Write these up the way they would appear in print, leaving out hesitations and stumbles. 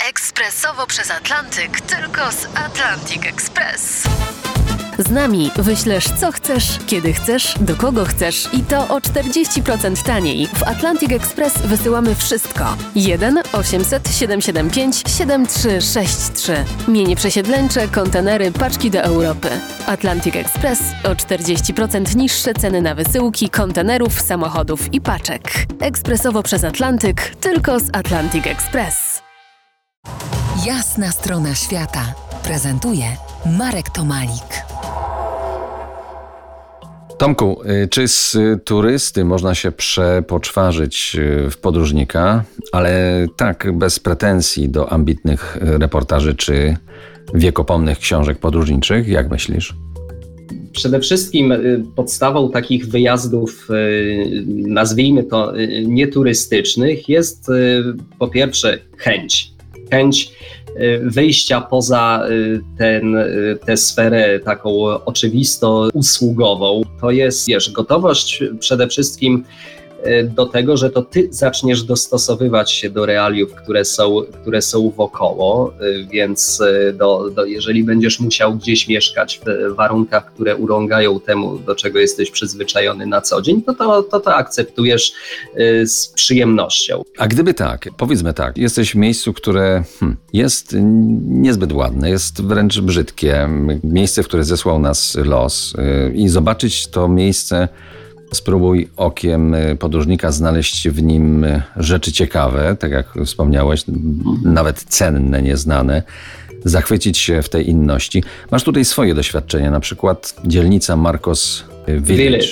Ekspresowo przez Atlantyk, tylko z Atlantic Express. Z nami wyślesz co chcesz, kiedy chcesz, do kogo chcesz i to o 40% taniej. W Atlantic Express wysyłamy wszystko. 1 800 775 7363. Mienie przesiedleńcze, kontenery, paczki do Europy. Atlantic Express o 40% niższe ceny na wysyłki, kontenerów, samochodów i paczek. Ekspresowo przez Atlantyk, tylko z Atlantic Express. Jasna strona świata prezentuje Marek Tomalik. Tomku, czy z turysty można się przepoczwarzyć w podróżnika, ale tak bez pretensji do ambitnych reportaży czy wiekopomnych książek podróżniczych? Jak myślisz? Przede wszystkim podstawą takich wyjazdów, nazwijmy to nieturystycznych, jest po pierwsze chęć wyjścia poza tę sferę taką oczywisto usługową. To jest, gotowość przede wszystkim do tego, że to ty zaczniesz dostosowywać się do realiów, które są wokoło, więc jeżeli będziesz musiał gdzieś mieszkać w warunkach, które urągają temu, do czego jesteś przyzwyczajony na co dzień, to akceptujesz z przyjemnością. A gdyby tak, powiedzmy tak, jesteś w miejscu, które jest niezbyt ładne, jest wręcz brzydkie, miejsce, w które zesłał nas los i zobaczyć to miejsce, spróbuj okiem podróżnika znaleźć w nim rzeczy ciekawe, tak jak wspomniałeś, nawet cenne, nieznane, zachwycić się w tej inności. Masz tutaj swoje doświadczenia, na przykład dzielnica Marcos Village.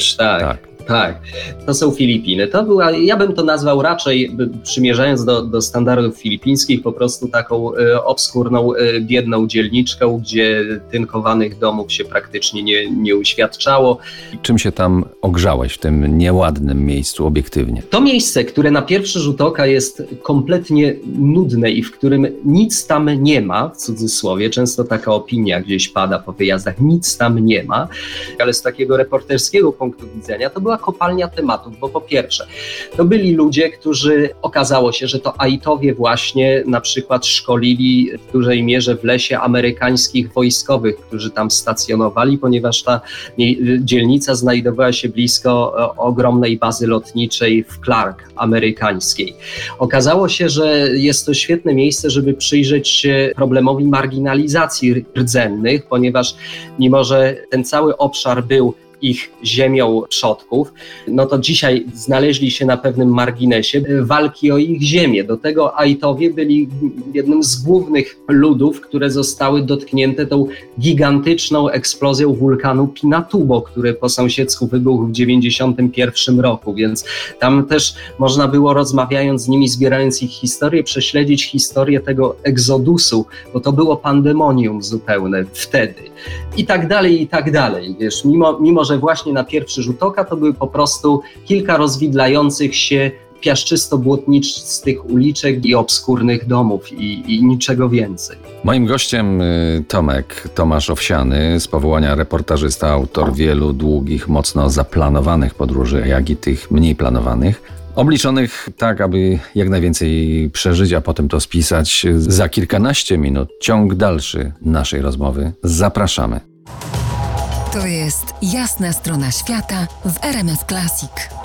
Tak, to są Filipiny. Ja bym to nazwał raczej, przymierzając do standardów filipińskich, po prostu taką obskurną, biedną dzielniczką, gdzie tynkowanych domów się praktycznie nie uświadczało. Czym się tam ogrzałeś w tym nieładnym miejscu obiektywnie? To miejsce, które na pierwszy rzut oka jest kompletnie nudne i w którym nic tam nie ma, w cudzysłowie, często taka opinia gdzieś pada po wyjazdach, nic tam nie ma, ale z takiego reporterskiego punktu widzenia to była kopalnia tematów, bo po pierwsze, to byli ludzie, którzy okazało się, że to Aitowie właśnie na przykład szkolili w dużej mierze w lesie amerykańskich wojskowych, którzy tam stacjonowali, ponieważ ta dzielnica znajdowała się blisko ogromnej bazy lotniczej w Clark amerykańskiej. Okazało się, że jest to świetne miejsce, żeby przyjrzeć się problemowi marginalizacji rdzennych, ponieważ mimo, że ten cały obszar był ich ziemią przodków, no to dzisiaj znaleźli się na pewnym marginesie walki o ich ziemię. Do tego Aitowie byli jednym z głównych ludów, które zostały dotknięte tą gigantyczną eksplozją wulkanu Pinatubo, który po sąsiedzku wybuchł w 1991 roku, więc tam też można było, rozmawiając z nimi, zbierając ich historię, prześledzić historię tego egzodusu, bo to było pandemonium zupełne wtedy. I tak dalej, wiesz, mimo że właśnie na pierwszy rzut oka to były po prostu kilka rozwidlających się piaszczysto-błotnistych uliczek i obskurnych domów i niczego więcej. Moim gościem Tomasz Owsiany, z powołania reportażysta, autor wielu długich, mocno zaplanowanych podróży, jak i tych mniej planowanych, obliczonych tak, aby jak najwięcej przeżyć, a potem to spisać. Za kilkanaście minut ciąg dalszy naszej rozmowy. Zapraszamy. To jest Jasna strona świata w RMF Classic.